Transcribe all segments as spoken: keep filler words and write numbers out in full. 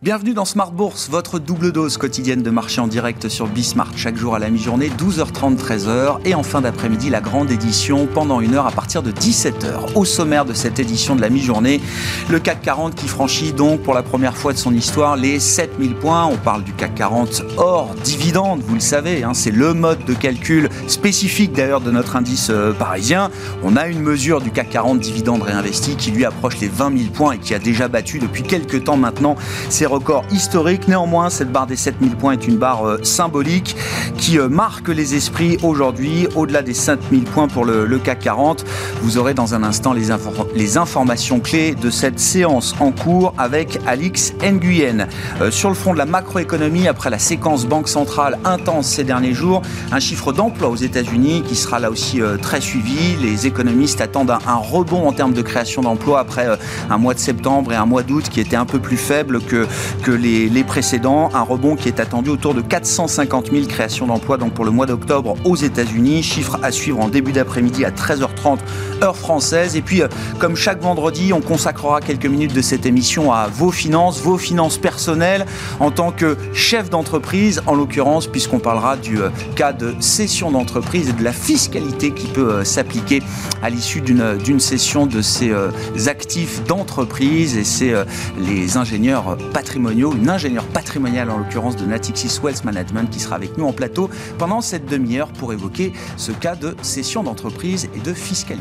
Bienvenue dans Smart Bourse, votre double dose quotidienne de marché en direct sur Bismart. Chaque jour à la mi-journée, douze heures trente, treize heures. Et en fin d'après-midi, la grande édition pendant une heure à partir de dix-sept heures. Au sommaire de cette édition de la mi-journée, le C A C quarante qui franchit donc pour la première fois de son histoire les sept mille points. On parle du C A C quarante hors dividende, vous le savez. Hein, c'est le mode de calcul spécifique d'ailleurs de notre indice euh, parisien. On a une mesure du C A C quarante dividende réinvesti qui lui approche les vingt mille points et qui a déjà battu depuis quelques temps maintenant ses record historique. Néanmoins, cette barre des sept mille points est une barre euh, symbolique qui euh, marque les esprits aujourd'hui. Au-delà des sept mille points pour le, le C A C quarante, vous aurez dans un instant les, infor- les informations clés de cette séance en cours avec Alix Nguyen. Euh, sur le front de la macroéconomie, après la séquence banque centrale intense ces derniers jours, un chiffre d'emploi aux États-Unis qui sera là aussi euh, très suivi. Les économistes attendent un, un rebond en termes de création d'emplois après euh, un mois de septembre et un mois d'août qui était un peu plus faible que que les, les précédents, un rebond qui est attendu autour de quatre cent cinquante mille créations d'emplois donc pour le mois d'octobre aux États-Unis, chiffre à suivre en début d'après-midi à treize heures trente heure française. Et puis comme chaque vendredi, on consacrera quelques minutes de cette émission à vos finances, vos finances personnelles en tant que chef d'entreprise, en l'occurrence puisqu'on parlera du cas de cession d'entreprise et de la fiscalité qui peut s'appliquer à l'issue d'une, d'une cession de ces actifs d'entreprise. Et c'est les ingénieurs patrimoniaux, une ingénieure patrimoniale en l'occurrence de Natixis Wealth Management qui sera avec nous en plateau pendant cette demi-heure pour évoquer ce cas de cession d'entreprise et de fiscalité.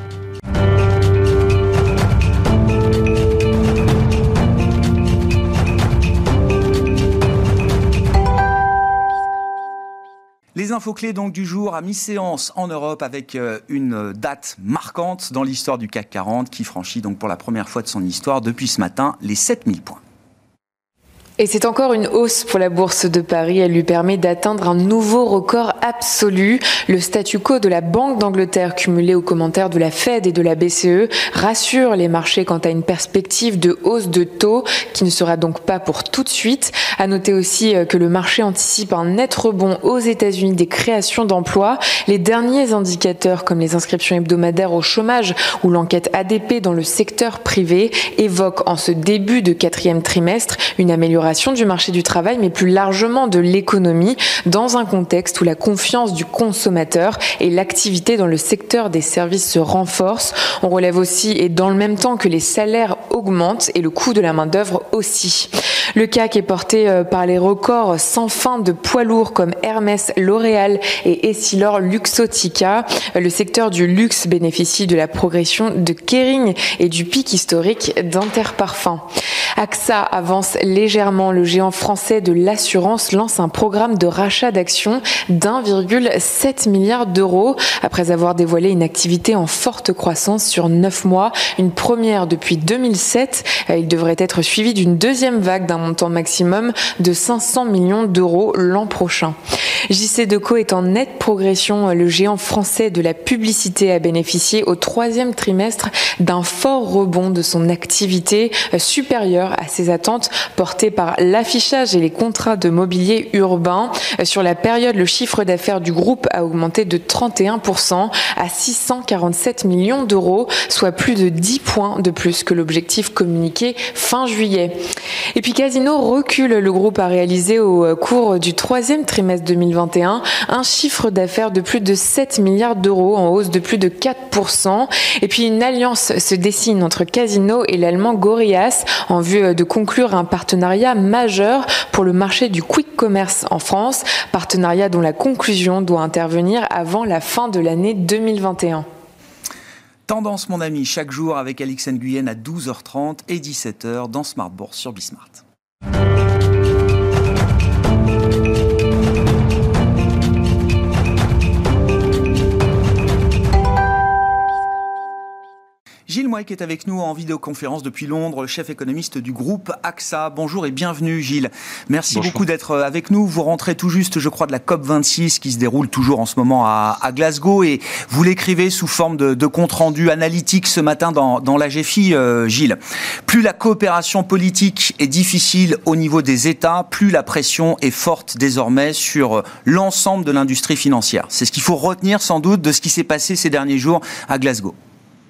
Les infos clés donc du jour à mi-séance en Europe avec une date marquante dans l'histoire du C A C quarante qui franchit donc pour la première fois de son histoire depuis ce matin les sept mille points. Et c'est encore une hausse pour la Bourse de Paris. Elle lui permet d'atteindre un nouveau record absolu. Le statu quo de la Banque d'Angleterre, cumulé aux commentaires de la Fed et de la B C E, rassure les marchés quant à une perspective de hausse de taux qui ne sera donc pas pour tout de suite. À noter aussi que le marché anticipe un net rebond aux États-Unis des créations d'emplois. Les derniers indicateurs, comme les inscriptions hebdomadaires au chômage ou l'enquête A D P dans le secteur privé, évoquent en ce début de quatrième trimestre une amélioration du marché du travail, mais plus largement de l'économie, dans un contexte où la confiance du consommateur et l'activité dans le secteur des services se renforcent. On relève aussi, et dans le même temps, que les salaires augmentent et le coût de la main-d'œuvre aussi. Le C A C est porté par les records sans fin de poids lourds comme Hermès, L'Oréal et Essilor Luxottica. Le secteur du luxe bénéficie de la progression de Kering et du pic historique d'Interparfums. A X A avance légèrement. Le géant français de l'assurance lance un programme de rachat d'actions d'un virgule sept milliard d'euros après avoir dévoilé une activité en forte croissance sur neuf mois, une première depuis deux mille sept. Il devrait être suivi d'une deuxième vague d'un montant maximum de cinq cents millions d'euros l'an prochain. J C Decaux est en nette progression. Le géant français de la publicité a bénéficié au troisième trimestre d'un fort rebond de son activité supérieure à ses attentes portées par l'affichage et les contrats de mobilier urbain. Sur la période, le chiffre d'affaires du groupe a augmenté de trente et un pour cent à six cent quarante-sept millions d'euros, soit plus de dix points de plus que l'objectif communiqué fin juillet. Et puis Casino recule. Le groupe a réalisé au cours du troisième trimestre deux mille vingt et un un chiffre d'affaires de plus de sept milliards d'euros, en hausse de plus de quatre pour cent. Et puis une alliance se dessine entre Casino et l'allemand Gorias en vue de conclure un partenariat majeur pour le marché du quick commerce en France, partenariat dont la conclusion doit intervenir avant la fin de l'année deux mille vingt et un. Tendance mon ami, chaque jour avec Alix Nguyen à douze heures trente et dix-sept heures dans Smart Bourse sur Bismart. Gilles Mouek est avec nous en vidéoconférence depuis Londres, chef économiste du groupe A X A. Bonjour et bienvenue Gilles. Merci Bonjour. beaucoup d'être avec nous. Vous rentrez tout juste, je crois, de la COP vingt-six qui se déroule toujours en ce moment à, à Glasgow et vous l'écrivez sous forme de, de compte-rendu analytique ce matin dans, dans l'A G F I, euh, Gilles. Plus la coopération politique est difficile au niveau des États, plus la pression est forte désormais sur l'ensemble de l'industrie financière. C'est ce qu'il faut retenir sans doute de ce qui s'est passé ces derniers jours à Glasgow.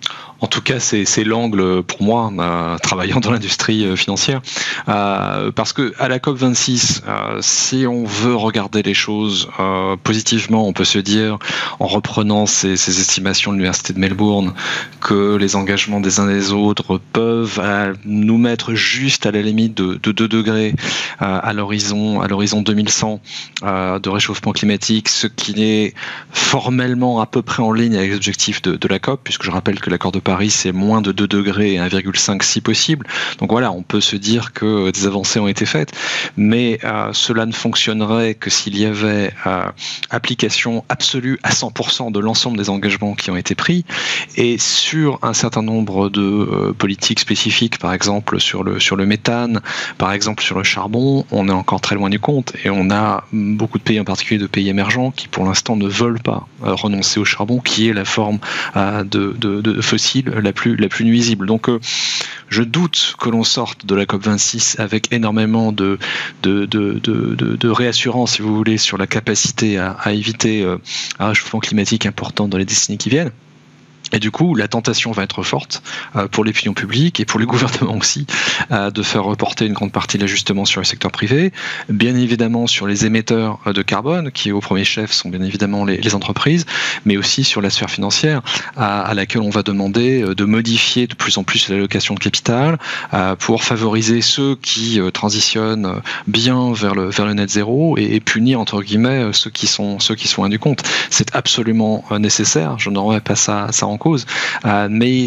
En tout cas, c'est, c'est l'angle pour moi, euh, travaillant dans l'industrie euh, financière, euh, parce que à la COP vingt-six, euh, si on veut regarder les choses euh, positivement, on peut se dire, en reprenant ces, ces estimations de l'Université de Melbourne, que les engagements des uns des autres peuvent euh, nous mettre juste à la limite de, de deux degrés euh, à l'horizon, à l'horizon deux mille cent euh, de réchauffement climatique, ce qui est formellement à peu près en ligne avec les objectifs de, de la COP, puisque je rappelle que l'accord de Paris Paris, c'est moins de deux degrés et un virgule cinq si possible. Donc voilà, on peut se dire que des avancées ont été faites, mais euh, cela ne fonctionnerait que s'il y avait euh, application absolue à cent pour cent de l'ensemble des engagements qui ont été pris. Et sur un certain nombre de euh, politiques spécifiques, par exemple sur le, sur le méthane, par exemple sur le charbon, on est encore très loin du compte. Et on a beaucoup de pays, en particulier de pays émergents, qui pour l'instant ne veulent pas euh, renoncer au charbon, qui est la forme euh, de, de, de fossile la plus, la plus nuisible. Donc euh, je doute que l'on sorte de la COP vingt-six avec énormément de, de, de, de, de, de réassurance, si vous voulez, sur la capacité à, à éviter euh, un réchauffement climatique important dans les décennies qui viennent. Et du coup, la tentation va être forte euh, pour l'opinion publique et pour les gouvernements aussi euh, de faire reporter une grande partie de l'ajustement sur le secteur privé, bien évidemment sur les émetteurs de carbone, qui au premier chef sont bien évidemment les, les entreprises, mais aussi sur la sphère financière à, à laquelle on va demander de modifier de plus en plus l'allocation de capital euh, pour favoriser ceux qui euh, transitionnent bien vers le, vers le net zéro et, et punir entre guillemets ceux qui sont, ceux qui sont loin du compte. C'est absolument euh, nécessaire, je n'en remets pas ça, ça en cause, euh, mais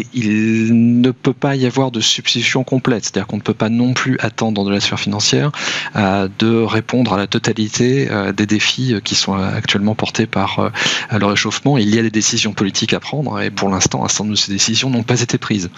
il ne peut pas y avoir de substitution complète, c'est-à-dire qu'on ne peut pas non plus attendre de la sphère financière euh, de répondre à la totalité euh, des défis qui sont actuellement portés par euh, le réchauffement. Il y a des décisions politiques à prendre et pour l'instant, un certain nombre de ces décisions n'ont pas été prises.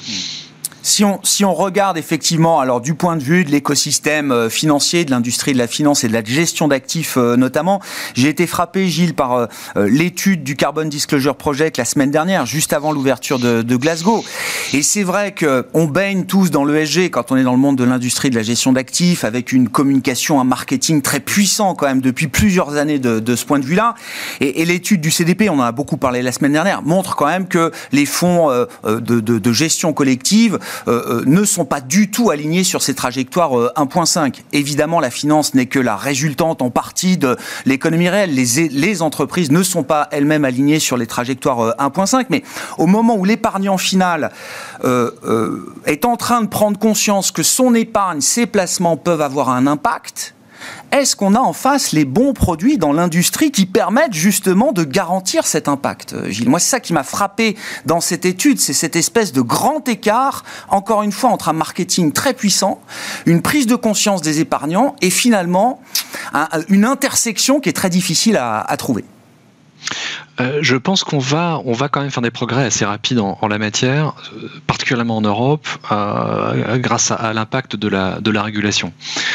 Si on, si on regarde effectivement, alors du point de vue de l'écosystème financier, de l'industrie de la finance et de la gestion d'actifs euh, notamment, j'ai été frappé, Gilles, par euh, l'étude du Carbon Disclosure Project la semaine dernière, juste avant l'ouverture de, de Glasgow. Et c'est vrai qu'on baigne tous dans l'E S G quand on est dans le monde de l'industrie de la gestion d'actifs, avec une communication, un marketing très puissant quand même depuis plusieurs années de, de ce point de vue-là. Et, et l'étude du C D P, on en a beaucoup parlé la semaine dernière, montre quand même que les fonds euh, de, de, de gestion collective Euh, ne sont pas du tout alignés sur ces trajectoires euh, un virgule cinq. Évidemment, la finance n'est que la résultante en partie de l'économie réelle. Les, les entreprises ne sont pas elles-mêmes alignées sur les trajectoires euh, un virgule cinq, mais au moment où l'épargnant final euh, euh, est en train de prendre conscience que son épargne, ses placements peuvent avoir un impact, est-ce qu'on a en face les bons produits dans l'industrie qui permettent justement de garantir cet impact, Gilles ? Moi, c'est ça qui m'a frappé dans cette étude, c'est cette espèce de grand écart, encore une fois, entre un marketing très puissant, une prise de conscience des épargnants et finalement un, une intersection qui est très difficile à, à trouver. Euh, je pense qu'on va, on va quand même faire des progrès assez rapides en, en la matière, euh, particulièrement en Europe, euh, grâce à, à l'impact de la, de la régulation.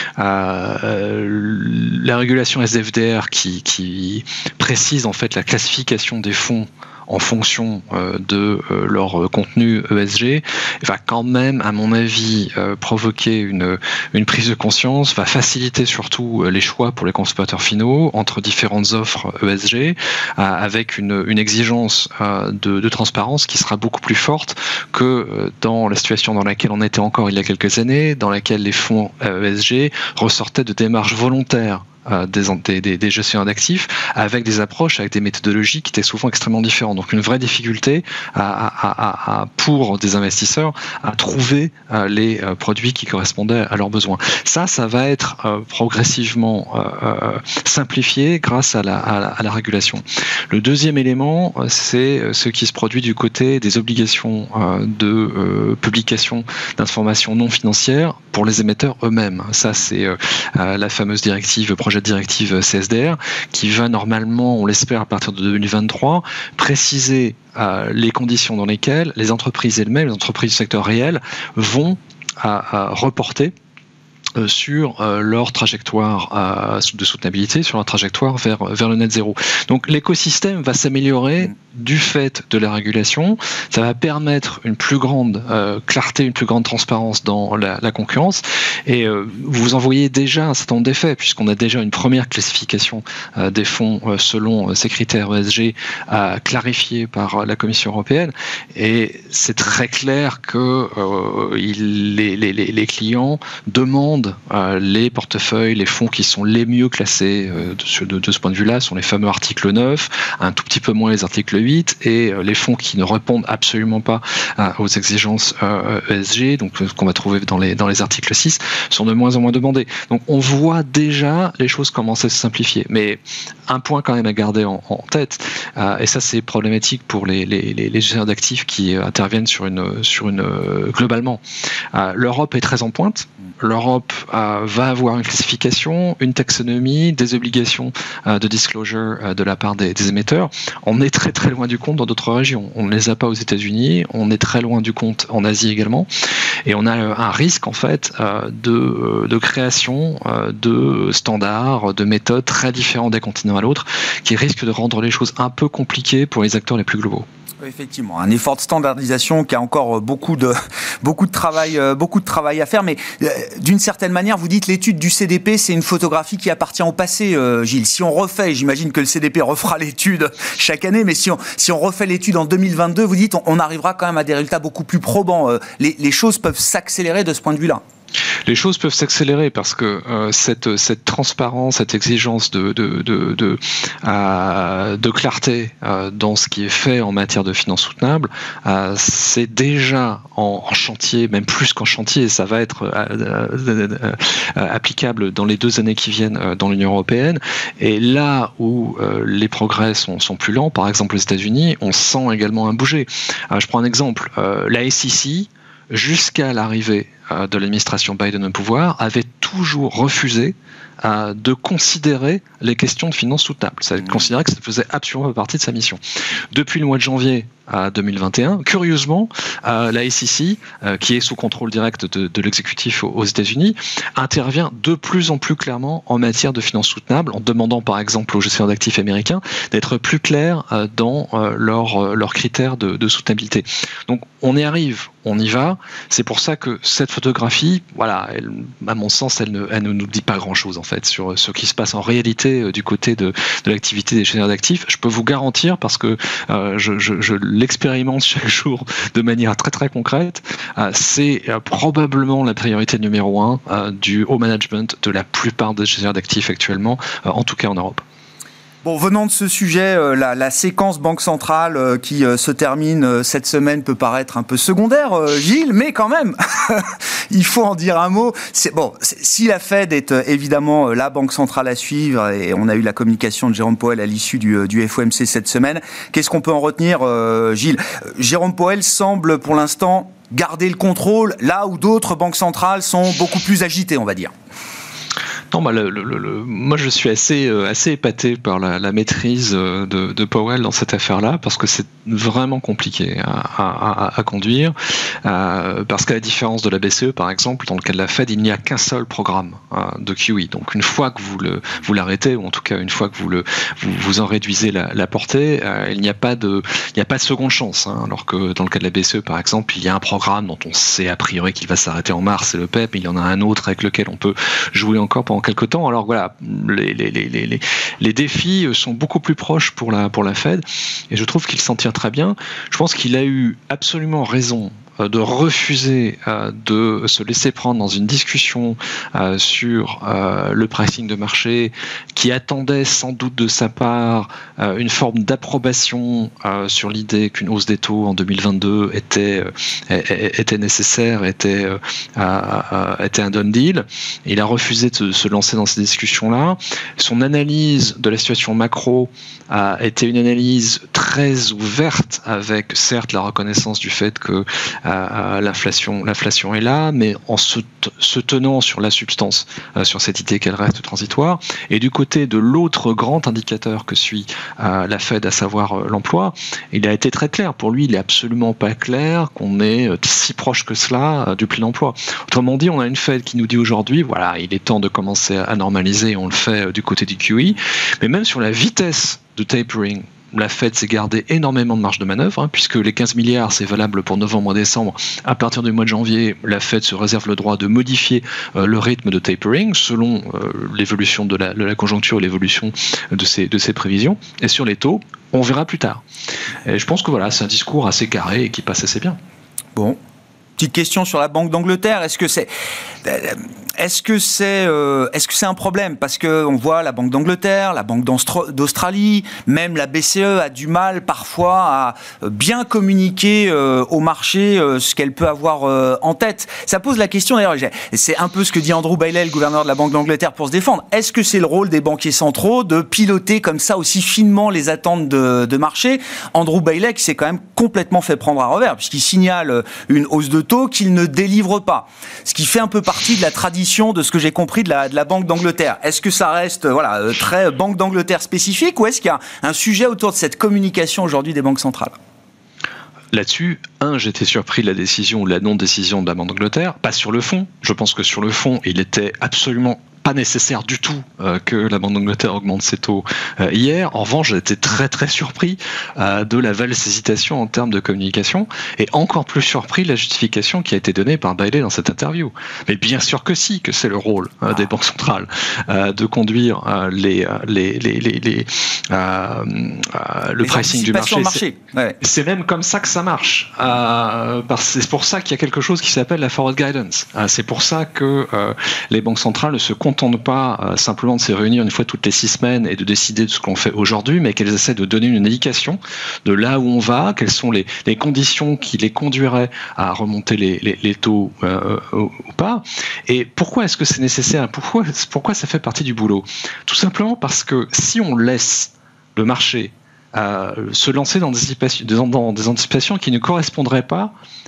Euh, la régulation S F D R qui, qui précise en fait la classification des fonds en fonction euh, de euh, leur contenu E S G, va quand même, à mon avis, euh, provoquer une, une prise de conscience, va faciliter surtout les choix pour les consommateurs finaux entre différentes offres E S G, euh, avec une, une exigence euh, de, de transparence qui sera beaucoup plus forte que dans la situation dans laquelle on était encore il y a quelques années, dans laquelle les fonds E S G ressortaient de démarches volontaires Des, des, des gestionnaires d'actifs avec des approches, avec des méthodologies qui étaient souvent extrêmement différentes. Donc une vraie difficulté à, à, à, à, pour des investisseurs à trouver euh, les euh, produits qui correspondaient à leurs besoins. Ça, ça va être euh, progressivement euh, euh, simplifié grâce à la, à, la, à la régulation. Le deuxième élément, c'est ce qui se produit du côté des obligations euh, de euh, publication d'informations non financières pour les émetteurs eux-mêmes. Ça, c'est euh, la fameuse directive projet de directive C S D R qui va normalement, on l'espère à partir de deux mille vingt-trois, préciser euh, les conditions dans lesquelles les entreprises elles-mêmes, les entreprises du secteur réel, vont à, à reporter Euh, sur euh, leur trajectoire euh, de soutenabilité, sur leur trajectoire vers, vers le net zéro. Donc l'écosystème va s'améliorer du fait de la régulation. Ça va permettre une plus grande euh, clarté, une plus grande transparence dans la, la concurrence. Et euh, vous en voyez déjà un certain nombre d'effets, puisqu'on a déjà une première classification euh, des fonds euh, selon euh, ces critères E S G euh, clarifiés par euh, la Commission européenne. Et c'est très clair que euh, il, les, les, les clients demandent Euh, les portefeuilles, les fonds qui sont les mieux classés euh, de, de, de ce point de vue-là sont les fameux articles neuf, un tout petit peu moins les articles huit, et euh, les fonds qui ne répondent absolument pas euh, aux exigences euh, E S G, donc euh, qu'on va trouver dans les, dans les articles six, sont de moins en moins demandés. Donc on voit déjà les choses commencer à se simplifier. Mais un point quand même à garder en, en tête, euh, et ça c'est problématique pour les, les, les, les gestionnaires d'actifs qui euh, interviennent sur une, sur une euh, globalement. Euh, L'Europe est très en pointe. L'Europe euh, va avoir une classification, une taxonomie, des obligations euh, de disclosure euh, de la part des, des émetteurs. On est très très loin du compte dans d'autres régions. On ne les a pas aux États-Unis, on est très loin du compte en Asie également, et on a un risque en fait euh, de, de création euh, de standards, de méthodes très différents d'un continent à l'autre, qui risque de rendre les choses un peu compliquées pour les acteurs les plus globaux. Effectivement, un effort de standardisation qui a encore beaucoup de beaucoup de travail, beaucoup de travail à faire. Mais euh, d'une certaine manière, vous dites l'étude du C D P, c'est une photographie qui appartient au passé, euh, Gilles. Si on refait, j'imagine que le C D P refera l'étude chaque année, mais si on si on refait l'étude en deux mille vingt-deux, vous dites on, on arrivera quand même à des résultats beaucoup plus probants. Euh, les, les choses peuvent s'accélérer de ce point de vue-là. Les choses peuvent s'accélérer parce que euh, cette, cette transparence, cette exigence de, de, de, de, euh, de clarté euh, dans ce qui est fait en matière de finances soutenables, euh, c'est déjà en, en chantier, même plus qu'en chantier, ça va être euh, euh, euh, applicable dans les deux années qui viennent euh, dans l'Union européenne. Et là où euh, les progrès sont, sont plus lents, par exemple aux États-Unis, on sent également un bouger. Euh, je prends un exemple, euh, la S E C, jusqu'à l'arrivée euh, de l'administration Biden au pouvoir, avait toujours refusé euh, de considérer les questions de finances soutenables. Ça mmh. considérait que ça ne faisait absolument pas partie de sa mission. Depuis le mois de janvier à deux mille vingt et un, curieusement, euh, la S E C, euh, qui est sous contrôle direct de, de l'exécutif aux États-Unis, intervient de plus en plus clairement en matière de finances soutenables, en demandant par exemple aux gestionnaires d'actifs américains d'être plus clairs euh, dans euh, leurs leur critères de, de soutenabilité. Donc on y arrive, on y va. C'est pour ça que cette photographie, voilà, elle, à mon sens, elle ne, elle ne nous dit pas grand-chose en fait sur ce qui se passe en réalité euh, du côté de, de l'activité des gestionnaires d'actifs. Je peux vous garantir, parce que euh, je, je, je l'expérimente chaque jour de manière très très concrète, euh, c'est euh, probablement la priorité numéro un euh, du haut management de la plupart des gestionnaires d'actifs actuellement, euh, en tout cas en Europe. Bon, venant de ce sujet, euh, la, la séquence Banque Centrale euh, qui euh, se termine euh, cette semaine peut paraître un peu secondaire, euh, Gilles, mais quand même, il faut en dire un mot. C'est, bon, c'est, si la Fed est euh, évidemment euh, la banque centrale à suivre, et on a eu la communication de Jérôme Powell à l'issue du, euh, du F O M C cette semaine, qu'est-ce qu'on peut en retenir, euh, Gilles ? Jérôme Powell semble pour l'instant garder le contrôle, là où d'autres banques centrales sont beaucoup plus agitées, on va dire. Non, bah le, le, le, moi je suis assez, euh, assez épaté par la, la maîtrise de, de Powell dans cette affaire-là, parce que c'est vraiment compliqué à, à, à conduire, euh, parce qu'à la différence de la B C E par exemple, dans le cas de la Fed, il n'y a qu'un seul programme euh, de Q E. Donc une fois que vous, le, vous l'arrêtez, ou en tout cas une fois que vous, le, vous, vous en réduisez la, la portée, euh, il n'y a pas de, il n'y a pas de seconde chance, hein, alors que dans le cas de la B C E par exemple, il y a un programme dont on sait a priori qu'il va s'arrêter en mars, c'est le P E P, mais il y en a un autre avec lequel on peut jouer encore pendant quelque temps. Alors voilà, les, les, les, les, les défis sont beaucoup plus proches pour la, pour la Fed, et je trouve qu'il s'en tient très bien. Je pense qu'il a eu absolument raison de refuser euh, de se laisser prendre dans une discussion euh, sur euh, le pricing de marché, qui attendait sans doute de sa part euh, une forme d'approbation euh, sur l'idée qu'une hausse des taux en deux mille vingt-deux était, euh, était nécessaire, était, euh, euh, était un done deal. Il a refusé de se lancer dans ces discussions-là. Son analyse de la situation macro a été une analyse très ouverte, avec certes la reconnaissance du fait que euh, l'inflation, l'inflation est là, mais en se, t- se tenant sur la substance, euh, sur cette idée qu'elle reste transitoire. Et du côté de l'autre grand indicateur que suit euh, la Fed, à savoir euh, l'emploi, il a été très clair. Pour lui, il est absolument pas clair qu'on est euh, si proche que cela euh, du plein emploi. Autrement dit, on a une Fed qui nous dit aujourd'hui, voilà, il est temps de commencer à normaliser, on le fait euh, du côté du Q E, mais même sur la vitesse de tapering, la Fed s'est gardé énormément de marge de manœuvre, hein, puisque les quinze milliards, c'est valable pour novembre et décembre. À partir du mois de janvier, la Fed se réserve le droit de modifier euh, le rythme de tapering selon euh, l'évolution de la, de la conjoncture et l'évolution de ses, de ses prévisions. Et sur les taux, on verra plus tard. Et je pense que voilà, c'est un discours assez carré et qui passe assez bien. Bon. Petite question sur la Banque d'Angleterre. Est-ce que c'est, est-ce que c'est, euh, est-ce que c'est un problème ? Parce que on voit la Banque d'Angleterre, la Banque d'Australie, même la B C E a du mal parfois à bien communiquer euh, au marché euh, ce qu'elle peut avoir euh, en tête. Ça pose la question d'ailleurs. C'est un peu ce que dit Andrew Bailey, le gouverneur de la Banque d'Angleterre, pour se défendre. Est-ce que c'est le rôle des banquiers centraux de piloter comme ça aussi finement les attentes de, de marché ? Andrew Bailey qui s'est quand même complètement fait prendre à revers puisqu'il signale une hausse de taux qu'il ne délivre pas. Ce qui fait un peu partie de la tradition de ce que j'ai compris de la, de la Banque d'Angleterre. Est-ce que ça reste voilà, très Banque d'Angleterre spécifique ou est-ce qu'il y a un sujet autour de cette communication aujourd'hui des banques centrales ? Là-dessus, un, j'étais surpris de la décision ou de la non-décision de la Banque d'Angleterre, pas sur le fond. Je pense que sur le fond, il était absolument pas nécessaire du tout euh, que la Banque d'Angleterre augmente ses taux euh, hier. En revanche, j'ai été très très surpris euh, de la valse hésitation en termes de communication et encore plus surpris de la justification qui a été donnée par Bailey dans cette interview. Mais bien sûr que si, que c'est le rôle euh, ah. des banques centrales euh, de conduire euh, les, les, les, les, les, euh, euh, le les pricing du marché. marché. C'est, ouais. c'est même comme ça que ça marche. Euh, parce, c'est pour ça qu'il y a quelque chose qui s'appelle la forward guidance. Euh, c'est pour ça que euh, les banques centrales ne se contentent pas euh, simplement de se réunir une fois toutes les six semaines et de décider de ce qu'on fait aujourd'hui, mais qu'elles essaient de donner une indication de là où on va, quelles sont les, les conditions qui les conduiraient à remonter les, les, les taux euh, ou, ou pas. Et pourquoi est-ce que c'est nécessaire ? Pourquoi, pourquoi ça fait partie du boulot ? Tout simplement parce que si on laisse le marché euh, se lancer dans des, dans des anticipations qui ne correspondraient pas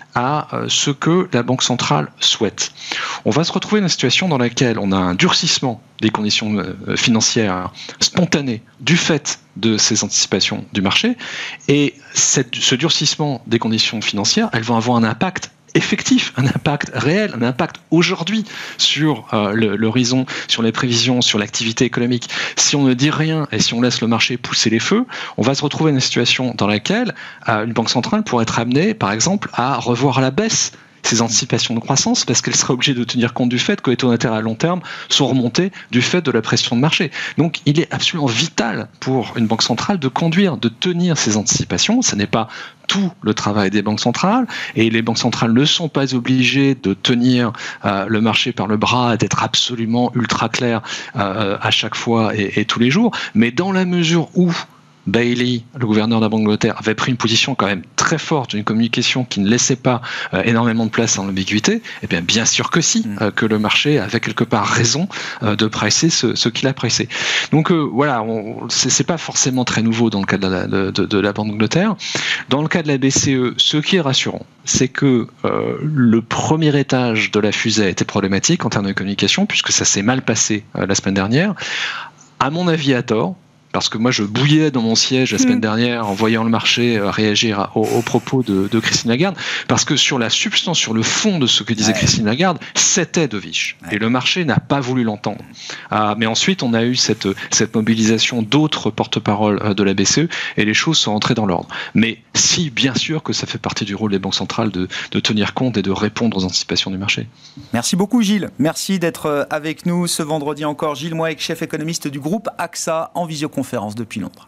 à ce que la Banque centrale souhaite. On va se retrouver dans une situation dans laquelle on a un durcissement des conditions financières spontanées du fait de ces anticipations du marché, et cette, ce durcissement des conditions financières, elles vont avoir un impact effectif, un impact réel, un impact aujourd'hui sur euh, le, l'horizon, sur les prévisions, sur l'activité économique. Si on ne dit rien et si on laisse le marché pousser les feux, on va se retrouver dans une situation dans laquelle euh, une banque centrale pourrait être amenée, par exemple, à revoir à la baisse ces anticipations de croissance parce qu'elle sera obligée de tenir compte du fait que les taux d'intérêt à long terme sont remontés du fait de la pression de marché. Donc il est absolument vital pour une banque centrale de conduire, de tenir ces anticipations. Ce n'est pas tout le travail des banques centrales et les banques centrales ne sont pas obligées de tenir euh, le marché par le bras et d'être absolument ultra clair euh, à chaque fois et, et tous les jours, mais dans la mesure où Bailey, le gouverneur de la Banque d'Angleterre, avait pris une position quand même très forte, une communication qui ne laissait pas euh, énormément de place à l'ambiguïté, eh bien, bien sûr que si, euh, que le marché avait quelque part raison euh, de pricer ce, ce qu'il a pricé. Donc euh, voilà, on, c'est, c'est pas forcément très nouveau dans le cas de la, de, de, de la Banque d'Angleterre. Dans le cas de la B C E, ce qui est rassurant, c'est que euh, le premier étage de la fusée a été problématique en termes de communication, puisque ça s'est mal passé euh, la semaine dernière. À mon avis, à tort. Parce que moi, je bouillais dans mon siège la semaine dernière en voyant le marché réagir aux, aux propos de, de Christine Lagarde. Parce que sur la substance, sur le fond de ce que disait ouais. Christine Lagarde, c'était dovish. Ouais. Et le marché n'a pas voulu l'entendre. Ah, mais ensuite, on a eu cette, cette mobilisation d'autres porte-paroles de la B C E et les choses sont entrées dans l'ordre. Mais si, bien sûr que ça fait partie du rôle des banques centrales de, de tenir compte et de répondre aux anticipations du marché. Merci beaucoup, Gilles. Merci d'être avec nous ce vendredi encore. Gilles Moec, chef économiste du groupe A X A en visioconférence depuis Londres.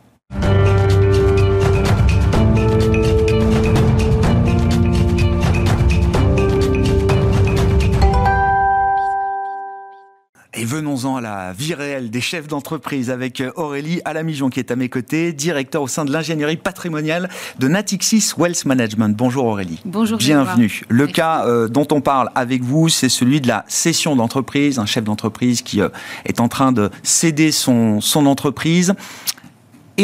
Et venons-en à la vie réelle des chefs d'entreprise avec Aurélie Alamijon qui est à mes côtés, directeur au sein de l'ingénierie patrimoniale de Natixis Wealth Management. Bonjour Aurélie. Bonjour. Bienvenue. Le Merci. cas euh, dont on parle avec vous, c'est celui de la cession d'entreprise, un chef d'entreprise qui euh, est en train de céder son, son entreprise. Et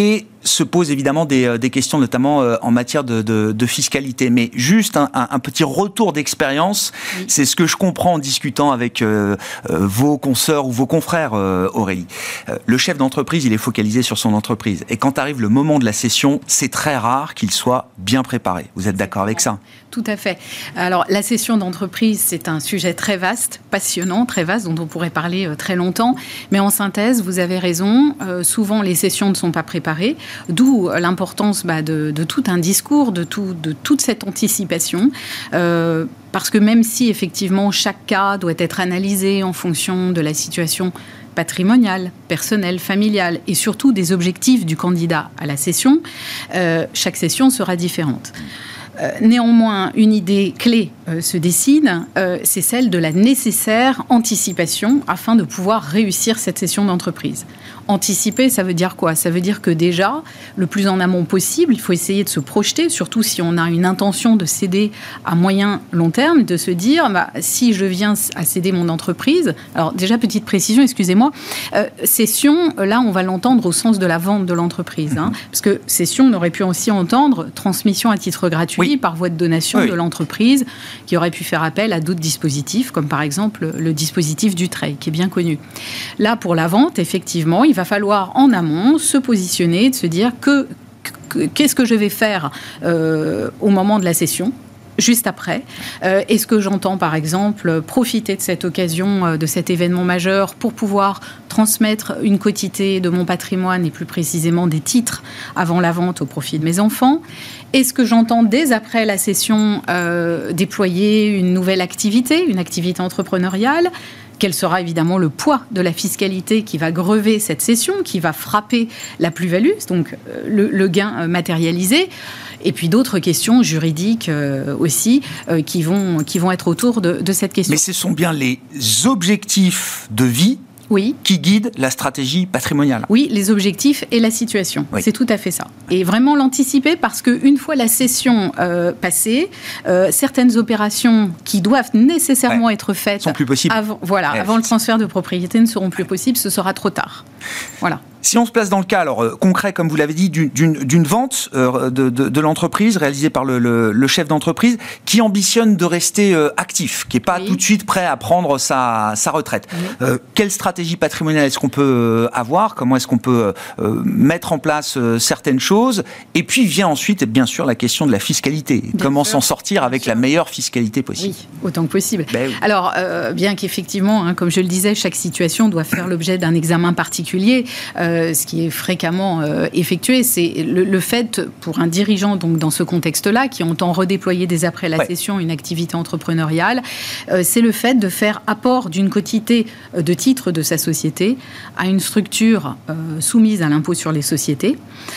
se posent évidemment des, des questions, notamment euh, en matière de, de, de fiscalité. Mais juste un, un, un petit retour d'expérience, oui. c'est ce que je comprends en discutant avec euh, euh, vos consoeurs ou vos confrères, euh, Aurélie. Euh, le chef d'entreprise, il est focalisé sur son entreprise. Et quand arrive le moment de la cession, c'est très rare qu'il soit bien préparé. Vous êtes d'accord avec ça ? Tout à fait. Alors, la cession d'entreprise, c'est un sujet très vaste, passionnant, très vaste, dont on pourrait parler euh, très longtemps. Mais en synthèse, vous avez raison, euh, souvent les cessions ne sont pas préparées, d'où l'importance bah, de, de tout un discours, de, tout, de toute cette anticipation. Euh, parce que même si, effectivement, chaque cas doit être analysé en fonction de la situation patrimoniale, personnelle, familiale et surtout des objectifs du candidat à la cession, euh, chaque cession sera différente. Euh, néanmoins, une idée clé euh, se dessine, euh, c'est celle de la nécessaire anticipation afin de pouvoir réussir cette cession d'entreprise. Anticiper, ça veut dire quoi ? Ça veut dire que déjà, le plus en amont possible, il faut essayer de se projeter, surtout si on a une intention de céder à moyen, long terme, de se dire, bah, si je viens à céder mon entreprise, alors déjà, petite précision, excusez-moi, euh, cession, là, on va l'entendre au sens de la vente de l'entreprise, hein, parce que cession, on aurait pu aussi entendre transmission à titre gratuit, oui. par voie de donation oui. de l'entreprise, qui aurait pu faire appel à d'autres dispositifs, comme par exemple le dispositif du Trade, qui est bien connu. Là, pour la vente, effectivement, il va falloir en amont se positionner, de se dire que, que qu'est-ce que je vais faire euh, au moment de la cession, juste après. Euh, est-ce que j'entends, par exemple, profiter de cette occasion, euh, de cet événement majeur pour pouvoir transmettre une quotité de mon patrimoine et plus précisément des titres avant la vente au profit de mes enfants ? Est-ce que j'entends, dès après la cession, euh, déployer une nouvelle activité, une activité entrepreneuriale ? Quel sera évidemment le poids de la fiscalité qui va grever cette cession, qui va frapper la plus-value, donc euh, le, le gain matérialisé ? Et puis d'autres questions juridiques euh, aussi euh, qui, vont, qui vont être autour de, de cette question. Mais ce sont bien les objectifs de vie oui. qui guident la stratégie patrimoniale. Oui, les objectifs et la situation. Oui. C'est tout à fait ça. Et vraiment l'anticiper parce qu'une fois la cession euh, passée, euh, certaines opérations qui doivent nécessairement ouais. être faites sont plus possibles. Avant, voilà, ouais. avant le transfert de propriété ne seront plus possibles, ce sera trop tard. Voilà. Si on se place dans le cas alors, euh, concret, comme vous l'avez dit, d'une, d'une, d'une vente euh, de, de, de l'entreprise réalisée par le, le, le chef d'entreprise qui ambitionne de rester euh, actif, qui n'est pas oui. tout de suite prêt à prendre sa, sa retraite. Oui. Euh, quelle stratégie patrimoniale est-ce qu'on peut euh, avoir ? Comment est-ce qu'on peut euh, mettre en place euh, certaines choses ? Et puis vient ensuite, bien sûr, la question de la fiscalité. Bien Comment sûr. s'en sortir bien avec sûr. la meilleure fiscalité possible ? Oui, autant que possible. Ben oui. Alors, euh, bien qu'effectivement, hein, comme je le disais, chaque situation doit faire l'objet d'un examen particulier. Euh, ce qui est fréquemment euh, effectué, c'est le, le fait pour un dirigeant donc dans ce contexte-là qui entend redéployer dès après la ouais. cession une activité entrepreneuriale, euh, c'est le fait de faire apport d'une quotité de titres de sa société à une structure euh, soumise à l'impôt sur les sociétés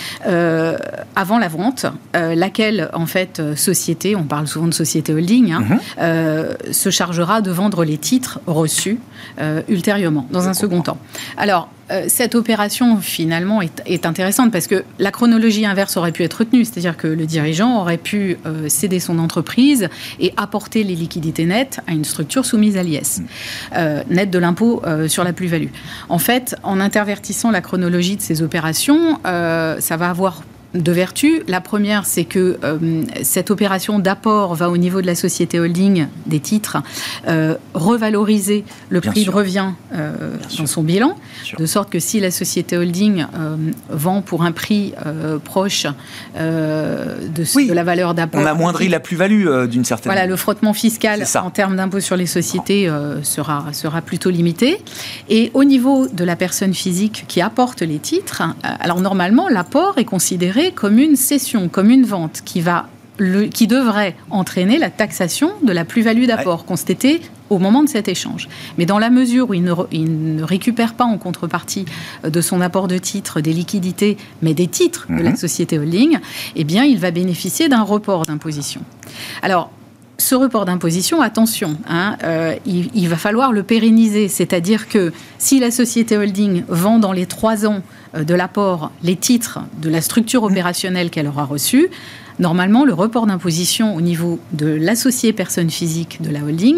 euh, avant la vente, euh, laquelle en fait société, on parle souvent de société holding, hein, mm-hmm. euh, se chargera de vendre les titres reçus euh, ultérieurement dans Je un comprends. second temps. Alors Euh, cette opération, finalement, est, est intéressante parce que la chronologie inverse aurait pu être retenue, c'est-à-dire que le dirigeant aurait pu euh, céder son entreprise et apporter les liquidités nettes à une structure soumise à l'I S, euh, nette de l'impôt euh, sur la plus-value. En fait, en intervertissant la chronologie de ces opérations, euh, ça va avoir deux vertus. La première, c'est que euh, cette opération d'apport va au niveau de la société holding des titres euh, revaloriser le Bien prix sûr. de revient euh, dans sûr. son bilan, de sorte que si la société holding euh, vend pour un prix euh, proche euh, de, oui. de la valeur d'apport... On amoindrit la plus-value euh, d'une certaine... Voilà, le frottement fiscal en termes d'impôt sur les sociétés euh, sera, sera plutôt limité. Et au niveau de la personne physique qui apporte les titres, euh, alors normalement, l'apport est considéré comme une cession, comme une vente qui, va le, qui devrait entraîner la taxation de la plus-value d'apport ouais. constatée au moment de cet échange. Mais dans la mesure où il ne, il ne récupère pas en contrepartie de son apport de titres des liquidités, mais des titres mmh. de la société holding, eh bien, il va bénéficier d'un report d'imposition. Alors, ce report d'imposition, attention, hein, euh, il, il va falloir le pérenniser. C'est-à-dire que si la société holding vend dans les trois ans euh, de l'apport les titres de la structure opérationnelle qu'elle aura reçue, normalement, le report d'imposition au niveau de l'associé personne physique de la holding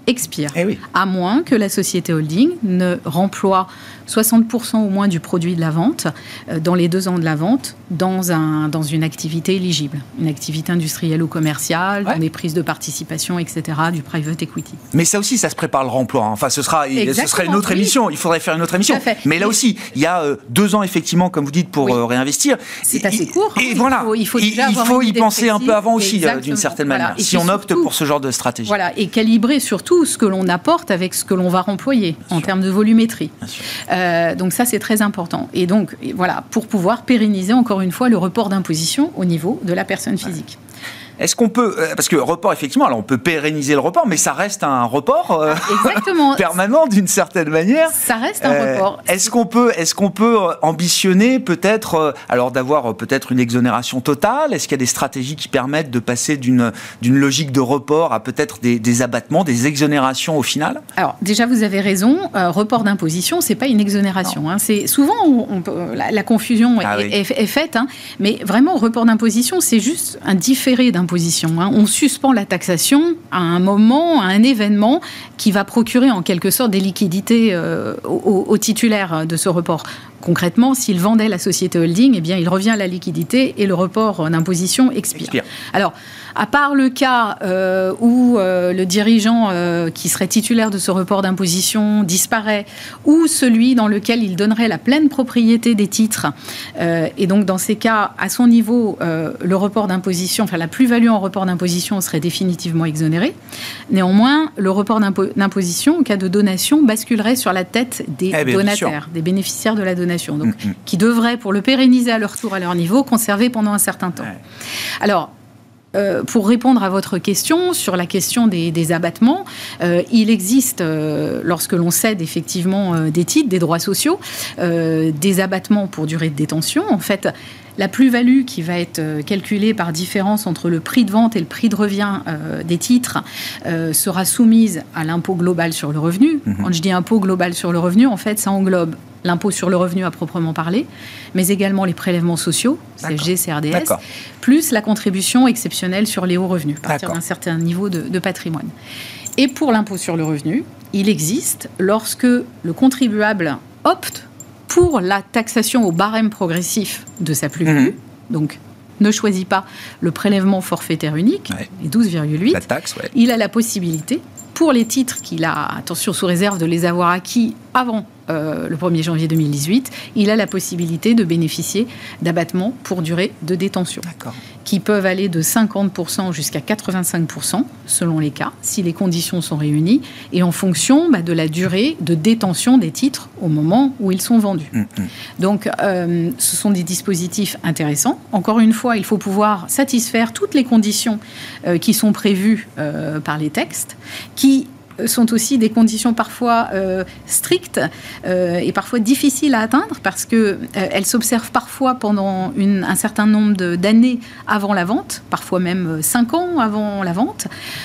expire, eh oui. à moins que la société holding ne remploie soixante pour cent au moins du produit de la vente euh, dans les deux ans de la vente dans, un, dans une activité éligible, une activité industrielle ou commerciale, ouais. dans des prises de participation, et cetera, du private equity. Mais ça aussi, ça se prépare le remploi. Hein. Enfin, ce sera, ce sera une autre oui. émission. Il faudrait faire une autre émission. Mais là aussi, il y a euh, deux ans, effectivement, comme vous dites, pour oui. euh, réinvestir. C'est assez court. Et, et hein. voilà, il faut, il faut, il faut y penser précise. un peu avant aussi, Exactement. d'une certaine voilà. manière, si on opte surtout, pour ce genre de stratégie. Voilà, et calibrer surtout ce que l'on apporte avec ce que l'on va remployer Bien en sûr. termes de volumétrie. Euh, donc ça, c'est très important. Et donc, voilà, pour pouvoir pérenniser, encore une fois, le report d'imposition au niveau de la personne physique. Ouais. Est-ce qu'on peut, parce que report, effectivement, alors on peut pérenniser le report, mais ça reste un report euh, Exactement. permanent d'une certaine manière. Ça reste un euh, report. Est-ce qu'on peut, est-ce qu'on peut ambitionner peut-être, euh, alors d'avoir peut-être une exonération totale? Est-ce qu'il y a des stratégies qui permettent de passer d'une, d'une logique de report à peut-être des, des abattements, des exonérations au final? Alors déjà, vous avez raison, euh, report d'imposition, c'est pas une exonération. Hein. C'est souvent on, on peut, la, la confusion ah, est, oui. est, est faite, hein, mais vraiment report d'imposition, c'est juste un différé d'imposition. Hein. On suspend la taxation à un moment, à un événement qui va procurer en quelque sorte des liquidités euh, aux, aux titulaires de ce report. Concrètement, s'il vendait la société holding, eh bien, il revient à la liquidité et le report d'imposition expire. expire. Alors, à part le cas euh, où euh, le dirigeant euh, qui serait titulaire de ce report d'imposition disparaît, ou celui dans lequel il donnerait la pleine propriété des titres, euh, et donc dans ces cas, à son niveau, euh, le report d'imposition, enfin la plus-value en report d'imposition serait définitivement exonérée. Néanmoins, le report d'impo- d'imposition, en cas de donation, basculerait sur la tête des eh donataires, des bénéficiaires de la donation, donc mmh, mmh. qui devraient, pour le pérenniser à leur tour à leur niveau, conserver pendant un certain temps. Ouais. Alors, Euh, pour répondre à votre question sur la question des, des abattements, euh, il existe, euh, lorsque l'on cède effectivement euh, des titres, des droits sociaux, euh, des abattements pour durée de détention. En fait, la plus-value qui va être calculée par différence entre le prix de vente et le prix de revient euh, des titres euh, sera soumise à l'impôt global sur le revenu. Mmh. Quand je dis impôt global sur le revenu, en fait, ça englobe l'impôt sur le revenu à proprement parler, mais également les prélèvements sociaux, C S G, C R D S, D'accord. plus la contribution exceptionnelle sur les hauts revenus, à partir D'accord. d'un certain niveau de, de patrimoine. Et pour l'impôt sur le revenu, il existe, lorsque le contribuable opte pour la taxation au barème progressif de sa plus-value, mmh. donc ne choisit pas le prélèvement forfaitaire unique, ouais. les douze virgule huit, la taxe, ouais. il a la possibilité, pour les titres qu'il a, attention sous réserve de les avoir acquis avant euh, le premier janvier deux mille dix-huit, il a la possibilité de bénéficier d'abattements pour durée de détention, D'accord. qui peuvent aller de cinquante pour cent jusqu'à quatre-vingt-cinq pour cent selon les cas, si les conditions sont réunies, et en fonction bah, de la durée de détention des titres au moment où ils sont vendus. Mmh. Donc, euh, ce sont des dispositifs intéressants. Encore une fois, il faut pouvoir satisfaire toutes les conditions euh, qui sont prévues euh, par les textes, qui sont aussi des conditions parfois euh, strictes euh, et parfois difficiles à atteindre parce qu'elles euh, s'observent parfois pendant une, un certain nombre de, d'années avant la vente, parfois même cinq ans avant la vente.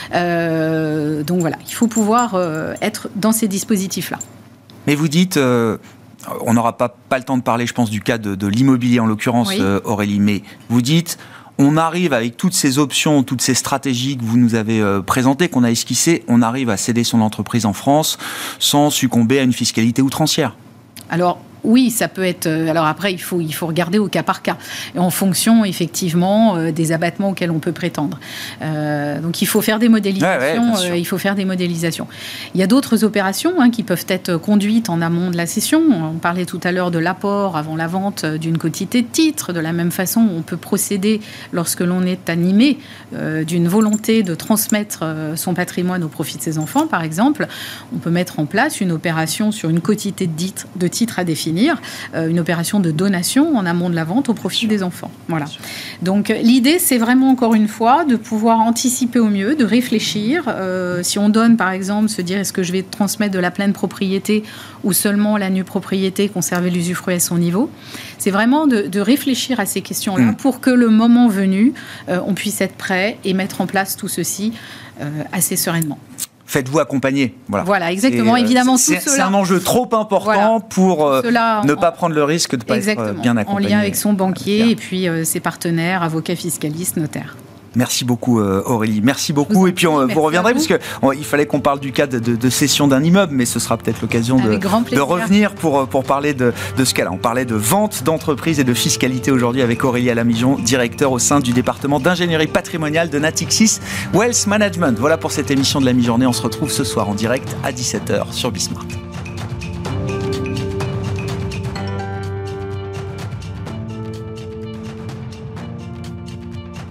Euh, donc voilà, il faut pouvoir euh, être dans ces dispositifs-là. Mais vous dites... Euh... On n'aura pas, pas le temps de parler, je pense, du cas de, de l'immobilier, en l'occurrence, oui. euh, Aurélie, mais vous dites, on arrive avec toutes ces options, toutes ces stratégies que vous nous avez euh, présentées, qu'on a esquissées, on arrive à céder son entreprise en France sans succomber à une fiscalité outrancière. Alors, oui, ça peut être... Alors après, il faut, il faut regarder au cas par cas, et en fonction, effectivement, euh, des abattements auxquels on peut prétendre. Euh, donc, il faut faire des modélisations. Ouais, ouais, euh, il faut faire des modélisations. Il y a d'autres opérations hein, qui peuvent être conduites en amont de la cession. On parlait tout à l'heure de l'apport avant la vente d'une quotité de titres. De la même façon, on peut procéder, lorsque l'on est animé euh, d'une volonté de transmettre euh, son patrimoine au profit de ses enfants, par exemple. On peut mettre en place une opération sur une quotité de titres, de titres à définir, une opération de donation en amont de la vente au profit des enfants. Voilà. Donc l'idée, c'est vraiment encore une fois de pouvoir anticiper au mieux, de réfléchir. Euh, si on donne par exemple, se dire est-ce que je vais transmettre de la pleine propriété ou seulement la nue propriété, conserver l'usufruit à son niveau. C'est vraiment de, de réfléchir à ces questions-là mmh. pour que le moment venu, euh, on puisse être prêt et mettre en place tout ceci euh, assez sereinement. Faites-vous accompagner. Voilà, voilà exactement. Et, évidemment, c'est, tout c'est cela, un enjeu trop important voilà, pour euh, ne en, pas prendre le risque de ne pas être bien accompagné. En lien avec son banquier et puis euh, ses partenaires, avocats, fiscalistes, notaires. Merci beaucoup Aurélie, merci beaucoup. Et puis on, vous reviendrez vous. parce qu'il fallait qu'on parle du cas de, de, de cession d'un immeuble, mais ce sera peut-être l'occasion de, de revenir pour, pour parler de, de ce cas-là. On parlait de vente d'entreprise et de fiscalité aujourd'hui avec Aurélie Alamijon, directeur au sein du département d'ingénierie patrimoniale de Natixis Wealth Management. Voilà pour cette émission de la mi-journée. On se retrouve ce soir en direct à dix-sept heures sur Bismart.